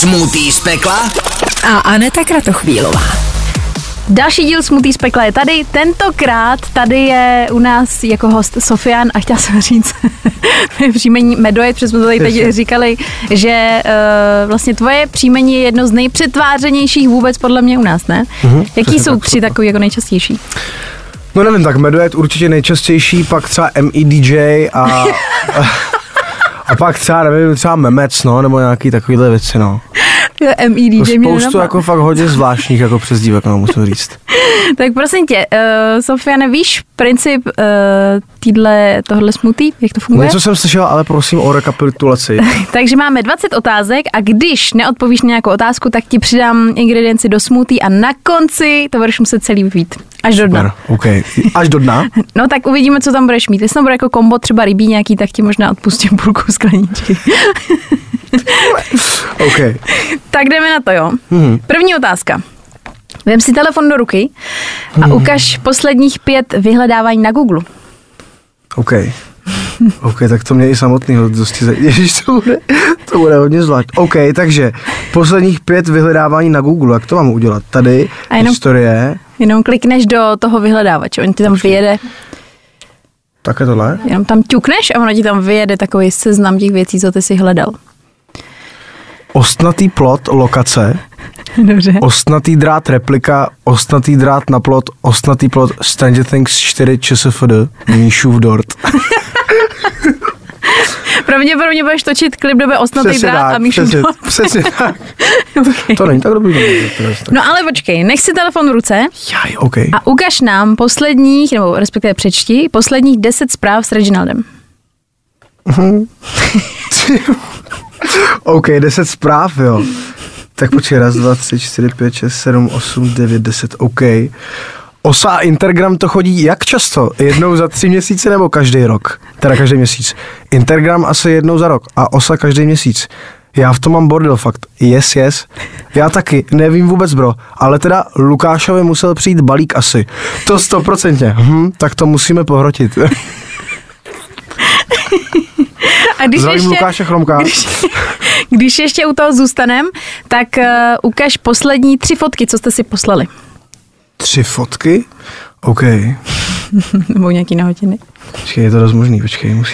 Smoothie z pekla a Aneta Kratochvílová. Další díl Smoothie z pekla je tady. Tentokrát tady je u nás jako host Sofian a chtěla jsem říct příjmení Medojet, protože jsme to tady teď říkali, že vlastně tvoje příjmení je jedno z nejpřetvářenějších vůbec podle mě u nás, ne? Jaký jsou tři takový jako nejčastější? No nevím, tak Medojet určitě nejčastější, pak třeba MEDJ a pak třeba, nevím, třeba Memec, no, nebo nějaký takovýhle věci, no. MEDJ mě spoustu jako fakt hodně zvláštních jako přezdívek, no, musím říct. Tak prosím tě, Sofiane, víš princip tohle smoothie, jak to funguje? Něco jsem slyšel, ale prosím o rekapitulaci. Takže máme 20 otázek a když neodpovíš na nějakou otázku, tak ti přidám ingredienci do smoothie a na konci to budeš muset celý vypít. Až do dna. Super, okay. Až do dna? No tak uvidíme, co tam budeš mít. Jestli tam bude jako kombo třeba rybí nějaký, tak ti možná odpustím půlku skleničky. Okay. Tak jdeme na to, jo. První otázka. Vem si telefon do ruky a ukaž posledních 5 vyhledávání na Google. OK, tak to mě i samotného dosti Ježiš, to bude hodně zvlášť. OK, takže posledních 5 vyhledávání na Google, jak to mám udělat? Tady, historie. Jenom klikneš do toho vyhledávače, on ti tam vyjede. Tak je tohle? Jenom tam ťukneš a ono ti tam vyjede takový seznam těch věcí, co ty si hledal. Ostnatý plot, lokace. Dobře. Ostnatý drát, replika, ostnatý drát na plot, ostnatý plot, Stranger Things 4, ČSFD, Míšův dort. Pravděpodobně budeš točit klip, kde bude ostnatý drát a Míšův dort. Přesně tak. Okay. To není tak dobrý. No ale počkej, nech si telefon v ruce okay. A ukaž nám posledních, nebo respektive přečti, posledních 10 zpráv s Reginaldem. OK, 10 zpráv, jo. Tak počkej, 1, 2, 3, 4, 5, 6, 7, 8, 9, 10, OK. OSA a Intergram to chodí jak často? Jednou za 3 měsíce nebo každý rok? Teda každý měsíc. Intergram asi jednou za rok a OSA každý měsíc. Já v tom mám bordel, fakt. Yes. Já taky, nevím vůbec, bro. Ale teda Lukášovi musel přijít balík asi. To 100%. Tak to musíme pohrotit. A když zdravím ještě, Lukáše Chromka. Když ještě u toho zůstanem, tak ukaž poslední 3 fotky, co jste si poslali. 3 fotky? OK. Nebo nějaký nahotiny. Počkej, je to dost možný,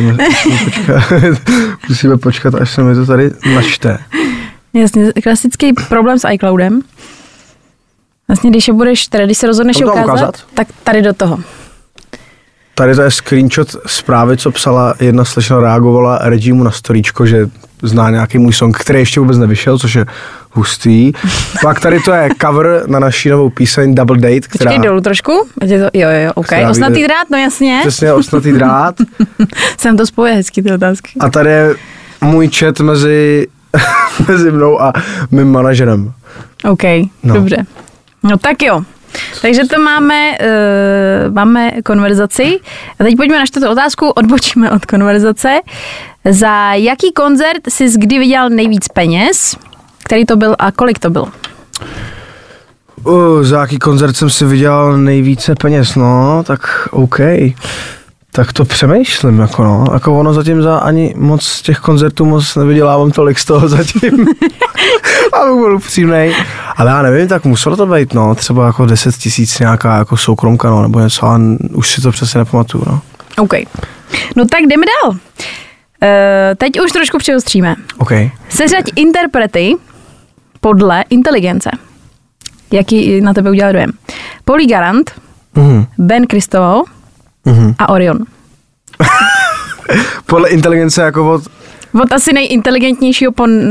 musíme počkat, až se mi to tady načte. Jasně, klasický problém s iCloudem. Vlastně, když se rozhodneš je ukázat, tak tady do toho. Tady to je screenshot zprávy, co psala jedna slečna, reagovala Regimu na storíčko, že zná nějaký můj song, který ještě vůbec nevyšel, což je hustý. Pak tady to je cover na naší novou píseň Double Date, která... Počkej dolů trošku. Jo, OK. Ostnatý drát, no jasně. Přesně, ostnatý drát. Jsem to spojuje hezky, ty otázky. A tady je můj chat mezi mnou a mým manažerem. OK, dobře. No tak jo. Takže to máme konverzaci. A teď pojďme na čtvrtou otázku, odbočíme od konverzace. Za jaký koncert jsi kdy vydělal nejvíc peněz? Který to byl a kolik to bylo? Za jaký koncert jsem si vydělal nejvíce peněz? No, tak OK. Tak to přemýšlím, jako ono zatím za ani moc z těch koncertů moc nevydělávám tolik z toho zatím. Abych byl upřímnej. Ale já nevím, tak muselo to být, třeba jako 10 000 nějaká jako soukromka, nebo něco, ale už si to přesně nepamatuju, OK. No tak jdeme dál. Teď už trošku přiostříme. OK. Seřaď interprety podle inteligence. Jaký na tebe udělal dojem? Paul Garant, Ben Christoval, a Orion. Podle inteligence jako od asi nejinteligentnějšího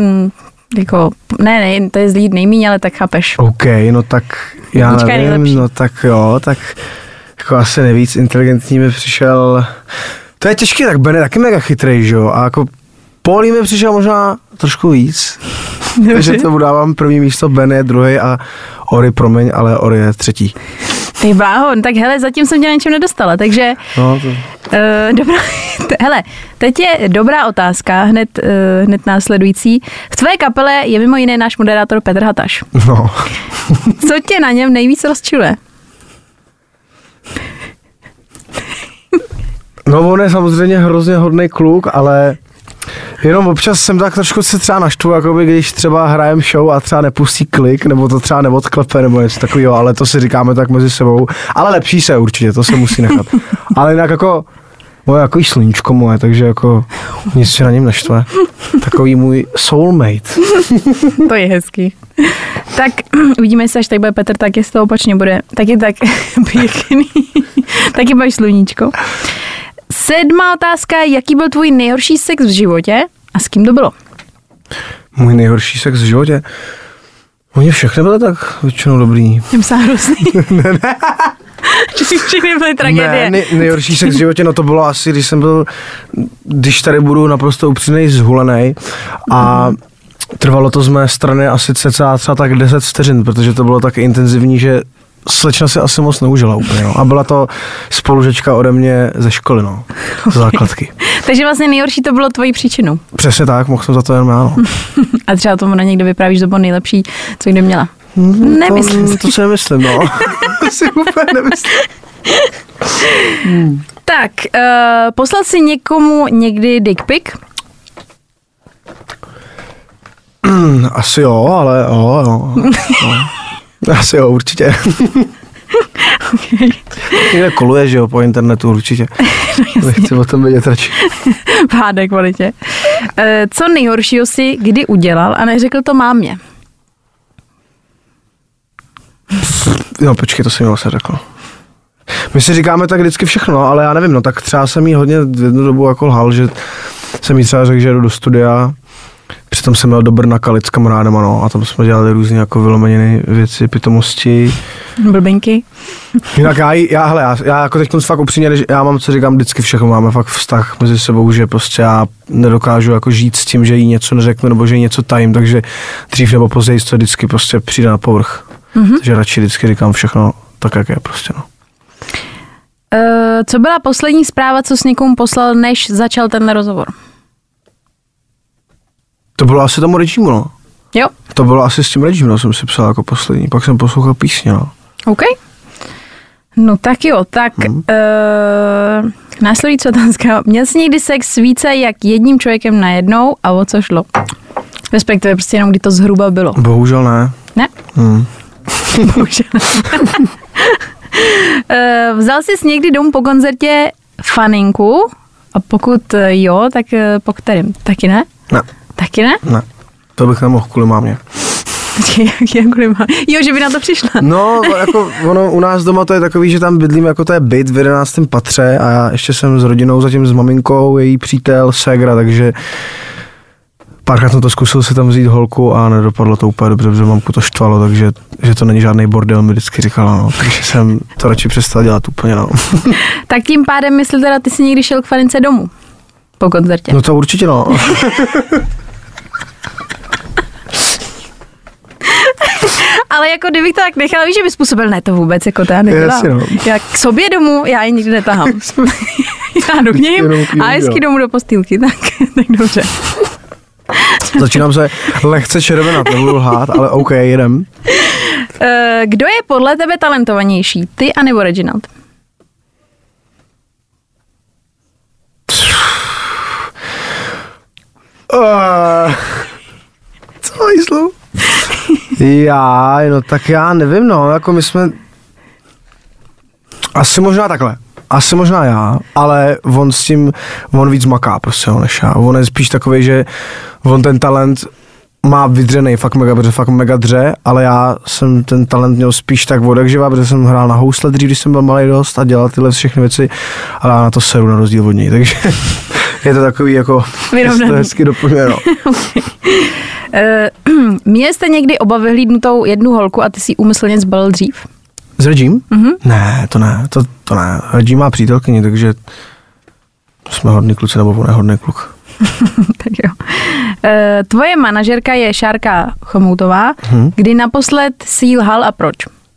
ne, to je zlý nejmíň, ale tak chápeš. OK, no tak já nevím, nejlepší. No tak jo, tak jako asi nejvíc inteligentní mi přišel, to je těžký, tak Ben je taky mega chytrej, že jo, a jako Paul mi přišel možná trošku víc, takže to dávám první místo, Ben je druhý a Ori, promiň, ale Ori je třetí. Ty bláho, tak hele, zatím jsem tě na něčem nedostala, takže dobrá, hele, teď je dobrá otázka, hned následující. V tvé kapele je mimo jiné náš moderátor Petr Hataš. No. Co tě na něm nejvíc rozčiluje? No on je samozřejmě hrozně hodný kluk, ale Jenom občas jsem tak trošku se třeba naštvu, jakoby když třeba hrajem show a třeba nepustí klik, nebo to třeba neodklepe, nebo něco takového, ale to si říkáme tak mezi sebou. Ale lepší se určitě, to se musí nechat. Ale jinak jako moje jako sluníčko moje, takže jako nic se na něm neštve. Takový můj soulmate. To je hezký. Tak uvidíme, jestli až tak bude Petr, tak jestli to opačně bude. Taky tak pěkný. Taky máš sluníčko. 7. otázka, jaký byl tvůj nejhorší sex v životě a s kým to bylo? Můj nejhorší sex v životě? Oni všechny byly tak většinou dobrý. Jsem se hrozný. Ne. Všechny byly tragédie. Ne, nejhorší sex v životě, no to bylo asi, když tady budu naprosto upřímnej, zhulenej a trvalo to z mé strany asi cca třeba tak 10 vteřin, protože to bylo tak intenzivní, že slečna si asi moc neužila úplně, no. A byla to spolužečka ode mě ze školy, no, z základky. Takže vlastně nejhorší to bylo tvojí příčinou. Přesně tak, mohl jsem za to jen já, no. A třeba tomu na někdo vyprávíš, že to bylo nejlepší, co kdy měla. Nemyslím. To si nemyslím, no. To si úplně nemyslím. Tak, poslal jsi někomu někdy dick pic? Asi jo, ale jo. Asi jo, určitě. Okay. Někde koluje, že jo, po internetu určitě. Nechci o tom vědět radši. V HD kvalitě. Co nejhoršího jsi kdy udělal a neřekl to mámě? No počkej, to jsem mi vlastně řekl. My si říkáme tak vždycky všechno, ale já nevím, no tak třeba jsem jí hodně v jednu dobu jako lhal, že jsem jí třeba řekl, že jdu do studia. Přitom jsem měl do Brna kalit s kamarádama, no, a tam jsme dělali různé jako vylomeniny věci, pitomosti. Blbinky. Jinak já jako teď fakt upřímně, já mám, co říkám, vždycky všechno, máme fakt vztah mezi sebou, že prostě já nedokážu jako žít s tím, že jí něco neřeknu, nebo že jí něco tajím, takže dřív nebo později to vždycky prostě přijde na povrch. Takže radši vždycky říkám všechno tak, jak je prostě, no. Co byla poslední zpráva, co jsi někomu poslal, než začal tenhle rozhovor? To bylo asi tomu režimu, no. Jo. To bylo asi s tím režimem, jsem si psal jako poslední, pak jsem poslouchal písně, no. OK. No tak jo, tak následující otázka. Měl jsi někdy sex s více jak jedním člověkem najednou a o co šlo? Respektive prostě jenom, kdy to zhruba bylo. Bohužel ne. Ne? Bohužel ne. Vzal jsi někdy domů po koncertě faninku? A pokud jo, tak po kterém? Taky ne? Ne. Taky ne? Ne. To bych nemohl kvůli mámě. Jak kvůli mámě? Jo, že by na to přišla. No, jako ono u nás doma to je takový, že tam bydlím jako to je byt v 11. patře a já ještě jsem s rodinou, zatím s maminkou, její přítel, ségra, takže párkrát jsem to zkusil si tam vzít holku a nedopadlo to úplně dobře, protože mamku to štvalo, takže že to není žádný bordel, mi vždycky říkala, no. Takže jsem to radši přestal dělat úplně, no. Tak tím pádem, jestli teda ty jsi někdy šel k fanince domů? Po koncertě. No to určitě, no. Ale jako kdybych to tak nechala, víš, že by způsobil, ne, to vůbec, jako to já nedělám. Jasně, no. Já k sobě domů, já ji nikdy netahám. Já jdu k ním a hezky domů do postýlky, tak dobře. Začínám se lehce červenat, nebudu lhát, ale OK, jedem. Kdo je podle tebe talentovanější, ty anebo Reginald? Co jíslu? No tak já nevím, no, jako my jsme asi možná takhle. Asi možná já, ale on víc maká prostě než já. On je spíš takovej, že on ten talent má vydřenej fakt mega dře, ale já jsem ten talent měl spíš tak odjakživa, protože jsem hrál na housle dřív, když jsem byl malý dost a dělal tyhle všechny věci, ale já na to seru na rozdíl od něj, takže je to takový jako hezky doplňuje, no. Měli jste někdy oba vyhlídnutou jednu holku a ty si ji úmyslně zbalil dřív? S Regím? Ne, to ne. Regím má přítelkyni, takže jsme hodný kluci, nebo on je hodný kluk. Tak jo. Tvoje manažerka je Šárka Chomoutová. Kdy naposled si jí lhal a proč?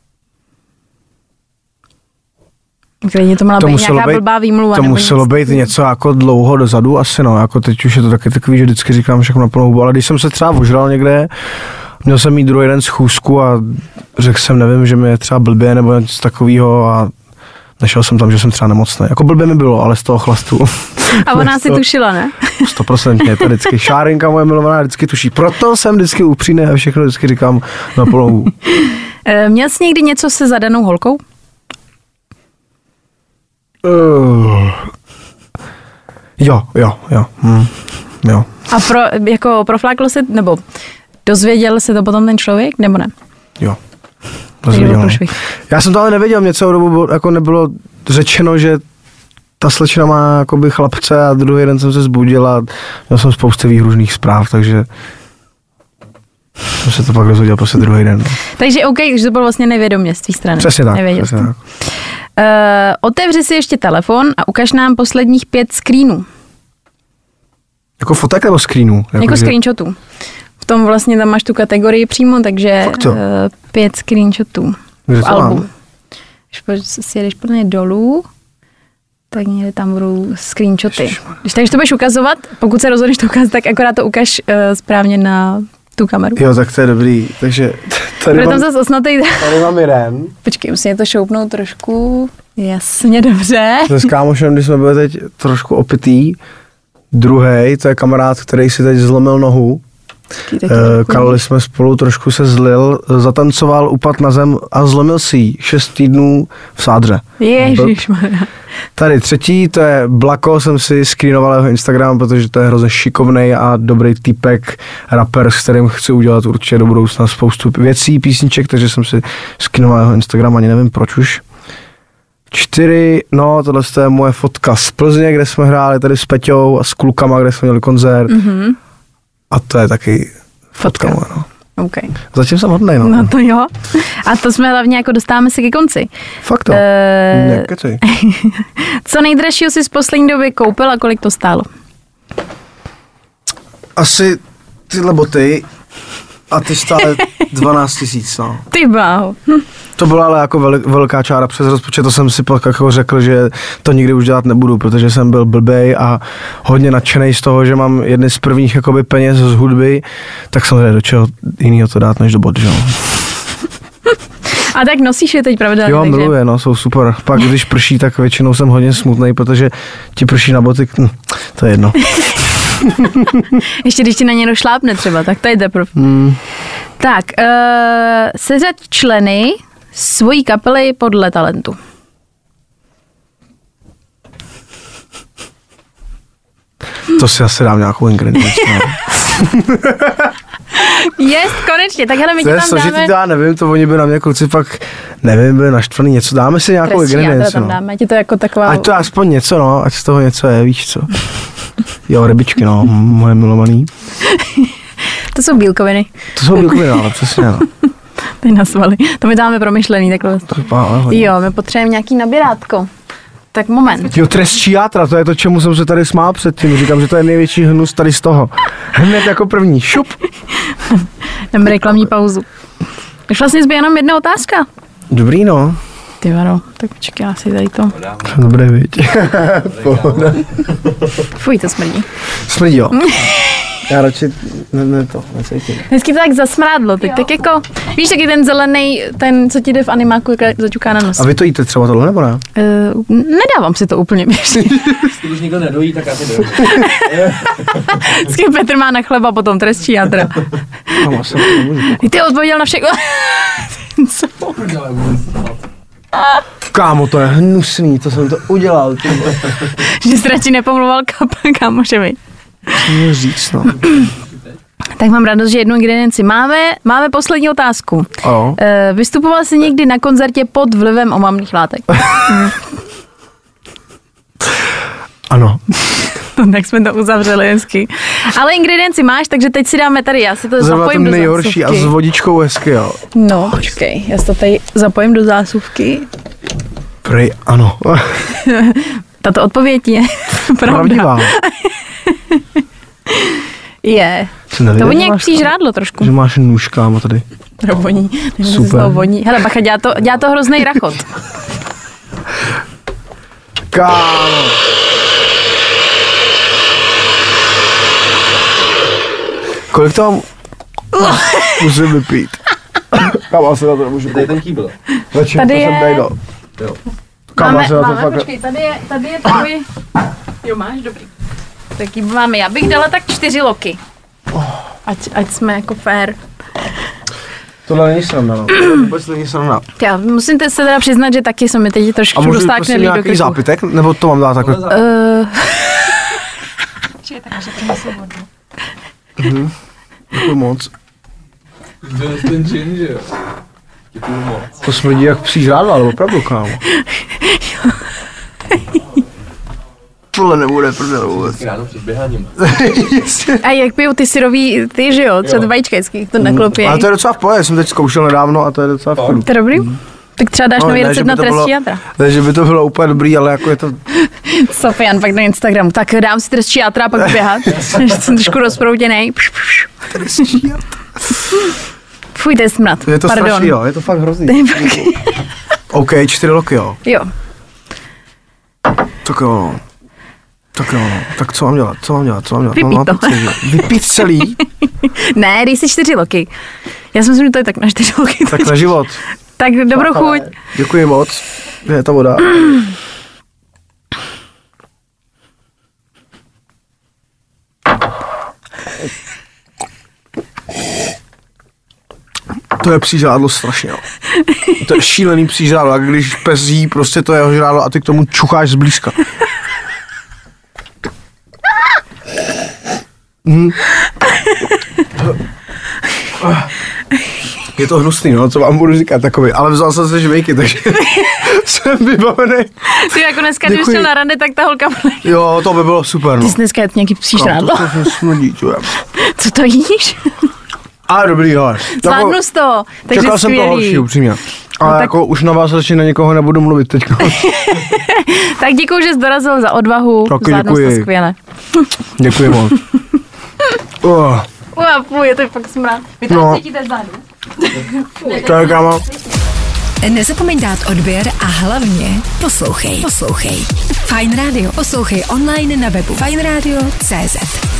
Klidně to měla být nějaká blbá výmluva. To muselo být něco jako dlouho dozadu asi, no, jako teď už je to taky takový, že vždycky říkám všechno na plnou hubu, ale když jsem se třeba ožral někde, měl jsem mít druhý den schůzku a řekl jsem, nevím, že mi je třeba blbě nebo něco takového a Nešel jsem tam, že jsem třeba nemocný. Jako blbě mi bylo, ale z toho chlastu. A ona si tušila, ne? 100%, to vždycky. Šárinka moje milovaná vždycky tuší. Proto jsem vždycky upřímný a všechno vždycky říkám na polohu. Měl jsi někdy něco se zadanou holkou? Jo. Jo. A profláklo se, nebo dozvěděl se to potom ten člověk, nebo ne? Jo. Já jsem to ale nevěděl, mě celou dobu jako nebylo řečeno, že ta slečna má jakoby chlapce a druhý den jsem se zbudil a měl jsem spousty výhružných zpráv, takže jsem se to pak dozvěděl prostě druhý den. Takže OK, že to bylo vlastně nevědomě z tvý strany. Přesně tak. Nevěděl Přesně tak. Otevři si ještě telefon a ukaž nám posledních 5 screenů. Jako fotek nebo screenů? Jako screenshotů. V tom vlastně tam máš tu kategorii přímo, takže 5 screenshotů v albu. Když si jedeš plně dolů, tak někde tam budou screenshoty. Takže to budeš ukazovat, pokud se rozhodneš to ukázat, tak akorát to ukaž správně na tu kameru. Jo, tak to je dobrý. Takže tady tam zase osnatej. Tady mám jeden. Počkej, musím to šoupnout trošku. Jasně, dobře. S kámošem, když jsme byli teď trošku opitý. Druhej, to je kamarád, který si teď zlomil nohu. Kalili jsme spolu, trošku se zlil, zatancoval, upadl na zem a zlomil si ji 6 týdnů v sádře. Ježišmarja. Tady třetí, to je Blako, jsem si screenoval jeho Instagram, protože to je hrozně šikovnej a dobrý týpek, rapper, s kterým chci udělat určitě do budoucna spoustu věcí, písniček, takže jsem si screenoval jeho Instagram, ani nevím proč už. 4, no tohle je moje fotka z Plzně, kde jsme hráli tady s Peťou a s klukama, kde jsme měli koncert. Mm-hmm. A to je taky fotka moje, no. Okay. Zatím jsem hodnej, no. No to jo. A to jsme hlavně jako dostáváme se ke konci. Fakt to? Nekecej. Co nejdražšího jsi z poslední doby koupil a kolik to stálo? Asi tyhle boty a ty stály 12 000, no. Ty bláho. To byla ale jako velká čára přes rozpočet, to jsem si pak jako řekl, že to nikdy už dělat nebudu, protože jsem byl blbej a hodně nadšenej z toho, že mám jedny z prvních jakoby peněz z hudby, tak samozřejmě do čeho jinýho to dát než do bot, že jo. A tak nosíš je teď pravidelně, jo, takže... miluji, no, jsou super. Pak když prší, tak většinou jsem hodně smutnej, protože ti prší na boty, to je jedno. Ještě když ti na ně došlápne třeba, tak to je teprve. Tak, seřaď členy svojí kapely podle talentu. To si asi dám nějakou ingredienci. Jest, konečně, tak hele, my ti tam dáme... To já nevím, to oni by na mě kluci pak, nevím, byli naštvaný něco, dáme si nějakou ingredienci. Tam dáme, ti to jako taková... Ať to aspoň něco, no, ať z toho něco je, víš co. Jo, rybičky, no, moje milovaný. To jsou bílkoviny. To jsou bílkoviny, ale přesně, no. Ty nasvaly. To my dáme promyšlený takhle. Jo, my potřebujeme nějaký nabírátko. Tak moment. Jo, trestčí játra, to je to, čemu jsem se tady smál předtím. Říkám, že to je největší hnus tady z toho. Hned jako první, šup. Jdeme reklamní pauzu. Už vlastně zbývá jenom jedna otázka. Dobrý, no. Ty varo, tak počkej, já si tady to. Dobré, viď. Fuj, to smrdí. Smrdí, jo. Já radši necítím. Dnesky to tak zasmrádlo teď, tak jako, víš, taky ten zelený, ten, co ti jde v animáku, zaťuká na nos. A vy to jíte třeba tohle, nebo ne? Nedávám si to úplně běžně. Když nikdo nedojí, tak já si dojím. Vždycky Petr má na chleba potom trestčí jádra. Ty odpověděl na všechno. Co? Kámo, to je hnusný, to jsem to udělal. Že jsi radši nepomluval kámoševi. Můžu říct, no. Tak mám radost, že jednu ingredienci máme poslední otázku. Vystupoval jsi někdy na koncertě pod vlivem omamných látek? Ano. Tak jsme to uzavřeli hezky. Ale ingredienci máš, takže teď si dáme tady, já si to zapojím do nejhorší zásuvky. A s vodičkou hezky, jo. No, počkej, já si to tady zapojím do zásuvky. Prej, ano. Tato odpověď je pravda. Je. To voní jak psí žrádlo trošku. Že máš nůž, kámo, tady. To voní. Super. Voní. Hele, bacha, dělá to hrozný rachot. Kámo. Kolik to mám? Musím vypít. Kámo, asi na to nemůžu. Tady ten kýbl. Tady je. Jo. Kama se na to máme, fakt... počkej, tady je tvůj... Jo, máš, dobrý. Taky máme, já bych dala tak 4 loky. Ať jsme jako fair. Tohle není sranda, no. Tohle vůbec není sranda. Já musím se teda přiznat, že taky se mi teď trošku A můžu dostákne prosím do nějaký krku. zápitek? Nebo to mám dát takhle? Děkuji moc. Ten džin, že jo? Děkuji moc. To smrdí jak psí žrádla, ale opravdu, kámo. Tohle nebude prdel vůbec. Ráno před běháním. A jak pijou ty syrový, ty, že jo? Třeba vajíčkajský, to naklopěj. Ale to je docela v pohodě, jsem teď zkoušel nedávno a to je docela v pohodě. To je dobrý? Tak třeba dáš nový recept na trestí játra. Ne, že by to bylo úplně dobrý, ale jako je to... Sofian, pak na Instagramu. Tak dám si trestí játra a pak běhat. Jsem trošku rozprouděnej. Fuj, to je smrad. Je to Pardon. strašný, jo, je to fakt hrozný. OK, 4 loky, jo. Jo. Tak jo, no. Tak co mám dělat? Vypít Mám to. pocit, že- Vypít celý? Ne, dej si 4 loky. Já si myslím, že to je tak na 4 loky. Tak na život. Tak dobrou chuť. Děkuji moc. Je ta voda. To je psí žrádlo strašně, jo. To je šílený psí žrádlo, jak když pes jí prostě to jeho žrádlo a ty k tomu čucháš zblízka. Je to hnusný, no, co vám budu říkat takový, ale vzal jsem se žvejky, takže jsem vybavený. Ty jako dneska, když Děkuji. šel na rande, tak ta holka... Jo, to by bylo super, Ty no. jsi dneska jet nějaký psí Kam žrádlo. to strašně smrdí, čo je. Co to jíš? Ale dobrý, jo. Zvládnu jsi to. Takže Čekal jsem to skvělý. horší, upřímně. Ale tak- jako už na vás radši na někoho nebudu mluvit teď. Tak děkuju, že jsi dorazil za odvahu. Taky Zvládnu jsi to děkuji. skvěle. Děkuji moc. Fuj, je to fakt smrad. Vy to No. cítíte vzadu? To je kámo. Nezapomeň dát odběr a hlavně poslouchej. Fajn Radio. Poslouchej online na webu fajnradio.cz.